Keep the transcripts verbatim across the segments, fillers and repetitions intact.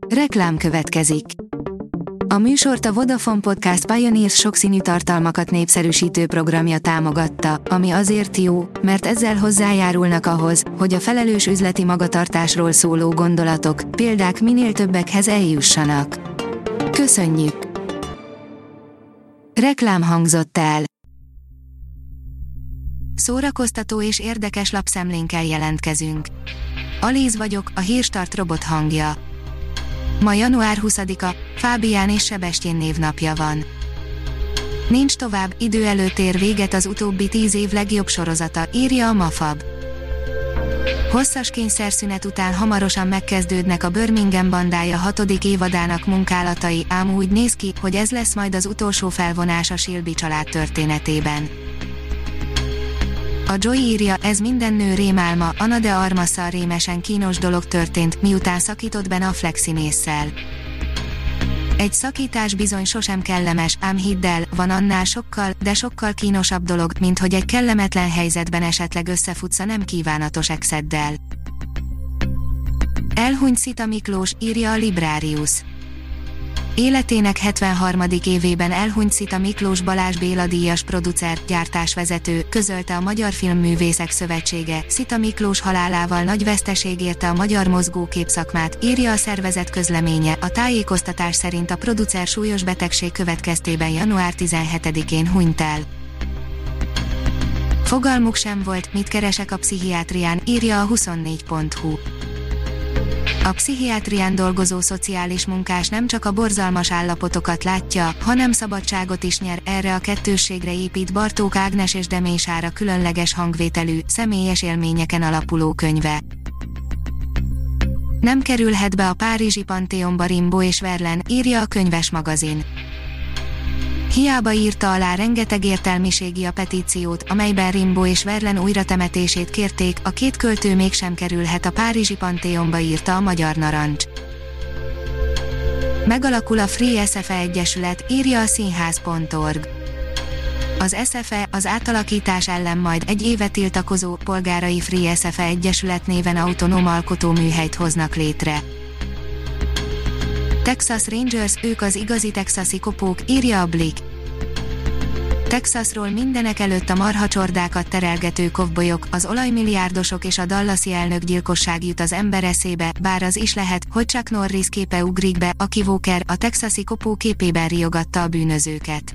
Reklám következik. A műsort a Vodafone Podcast Pioneers sokszínű tartalmakat népszerűsítő programja támogatta, ami azért jó, mert ezzel hozzájárulnak ahhoz, hogy a felelős üzleti magatartásról szóló gondolatok, példák minél többekhez eljussanak. Köszönjük! Reklám hangzott el. Szórakoztató és érdekes lapszemlénkkel jelentkezünk. Alíz vagyok, a Hírstart robot hangja. Ma január huszadika, Fábián és Sebestyén névnapja van. Nincs tovább, idő előtt ér véget az utóbbi tíz év legjobb sorozata, írja a Mafab. Hosszas kényszerszünet után hamarosan megkezdődnek a Birmingham bandája hatodik évadának munkálatai, ám úgy néz ki, hogy ez lesz majd az utolsó felvonás a Shelby család történetében. A Joy írja, ez minden nő rémálma, Ana de Armasszal rémesen kínos dolog történt, miután szakított Ben Affleck színésszel. Egy szakítás bizony sosem kellemes, ám hidd el, van annál sokkal, de sokkal kínosabb dolog, mint hogy egy kellemetlen helyzetben esetleg összefutsz a nem kívánatos exeddel. Elhunyt Szita Miklós, írja a Librarius. Életének hetvenharmadik évében elhunyt Szita Miklós Balázs Béla díjas producer, gyártásvezető, közölte a Magyar Filmművészek Szövetsége. Szita Miklós halálával nagy veszteség érte a magyar mozgókép szakmát, írja a szervezet közleménye. A tájékoztatás szerint a producer súlyos betegség következtében január tizenhetedikén hunyt el. Fogalmuk sem volt, mit keresek a pszichiátrián, írja a huszonnégy pont hu. A pszichiátrián dolgozó szociális munkás nem csak a borzalmas állapotokat látja, hanem szabadságot is nyer, erre a kettősségre épít Bartók Ágnes és Demény Sára különleges hangvételű, személyes élményeken alapuló könyve. Nem kerülhet be a párizsi Pantheonba Rimbaud és Verlaine, írja a Könyves magazin. Hiába írta alá rengeteg értelmiségi a petíciót, amelyben Rimbaud és Verlaine újratemetését kérték, a két költő mégsem kerülhet a párizsi Pantheonba, írta a Magyar Narancs. Megalakul a Free es ef e Egyesület, írja a színház pont org. Az es ef e, az átalakítás ellen majd egy éve tiltakozó, polgárai Free es ef e Egyesület néven autonóm alkotóműhelyt hoznak létre. Texas Rangers, ők az igazi texasi kopók, írja a Blick. Texasról mindenek előtt a marhacsordákat terelgető kovbolyok, az olajmilliárdosok és a dallasi elnökgyilkosság jut az ember eszébe, bár az is lehet, hogy Chuck Norris képe ugrik be, aki Walker, a texasi kopó képében riogatta a bűnözőket.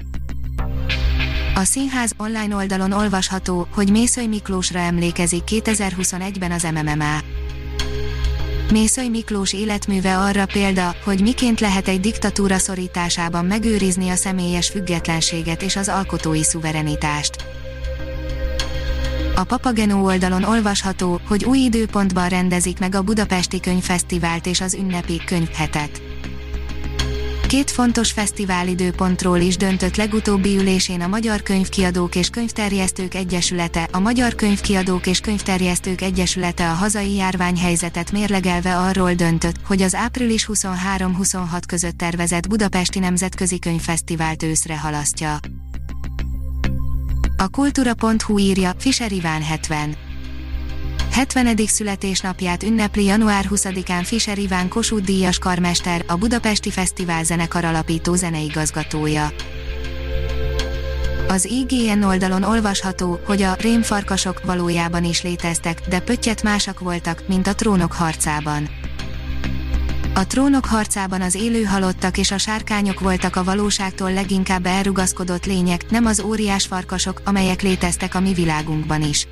A színház online oldalon olvasható, hogy Mészöly Miklósra emlékezik kétezer-huszonegyben az em em em á. Mészöly Miklós életműve arra példa, hogy miként lehet egy diktatúra szorításában megőrizni a személyes függetlenséget és az alkotói szuverenitást. A Papageno oldalon olvasható, hogy új időpontban rendezik meg a Budapesti Könyvfesztivált és az ünnepi könyvhetet. Két fontos fesztiválidőpontról is döntött legutóbbi ülésén a Magyar Könyvkiadók és Könyvterjesztők Egyesülete. A Magyar Könyvkiadók és Könyvterjesztők Egyesülete a hazai járványhelyzetet mérlegelve arról döntött, hogy az április huszonhárom-huszonhat között tervezett Budapesti Nemzetközi Könyvfesztivált őszre halasztja. A kultúra pont hu írja, Fischer Iván hetven. hetvenedik születésnapját ünnepli január huszadikán Fischer Iván Kossuth-díjas karmester, a Budapesti Fesztivál zenekar alapító zeneigazgatója. Az i gé en oldalon olvasható, hogy a rémfarkasok valójában is léteztek, de pöttyet másak voltak, mint a Trónok harcában. A Trónok harcában az élő halottak és a sárkányok voltak a valóságtól leginkább elrugaszkodott lények, nem az óriás farkasok, amelyek léteztek a mi világunkban is.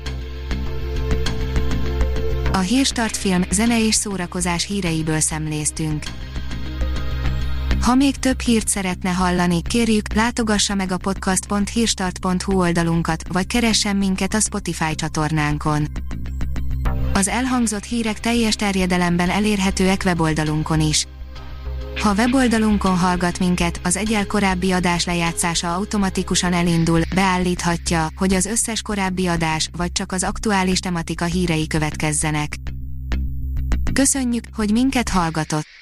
A Hírstart film, zene és szórakozás híreiből szemléztünk. Ha még több hírt szeretne hallani, kérjük, látogassa meg a podcast pont hírstart pont hu oldalunkat, vagy keressen minket a Spotify csatornánkon. Az elhangzott hírek teljes terjedelemben elérhetőek weboldalunkon is. Ha weboldalunkon hallgat minket, az egyel korábbi adás lejátszása automatikusan elindul, beállíthatja, hogy az összes korábbi adás, vagy csak az aktuális tematika hírei következzenek. Köszönjük, hogy minket hallgatott!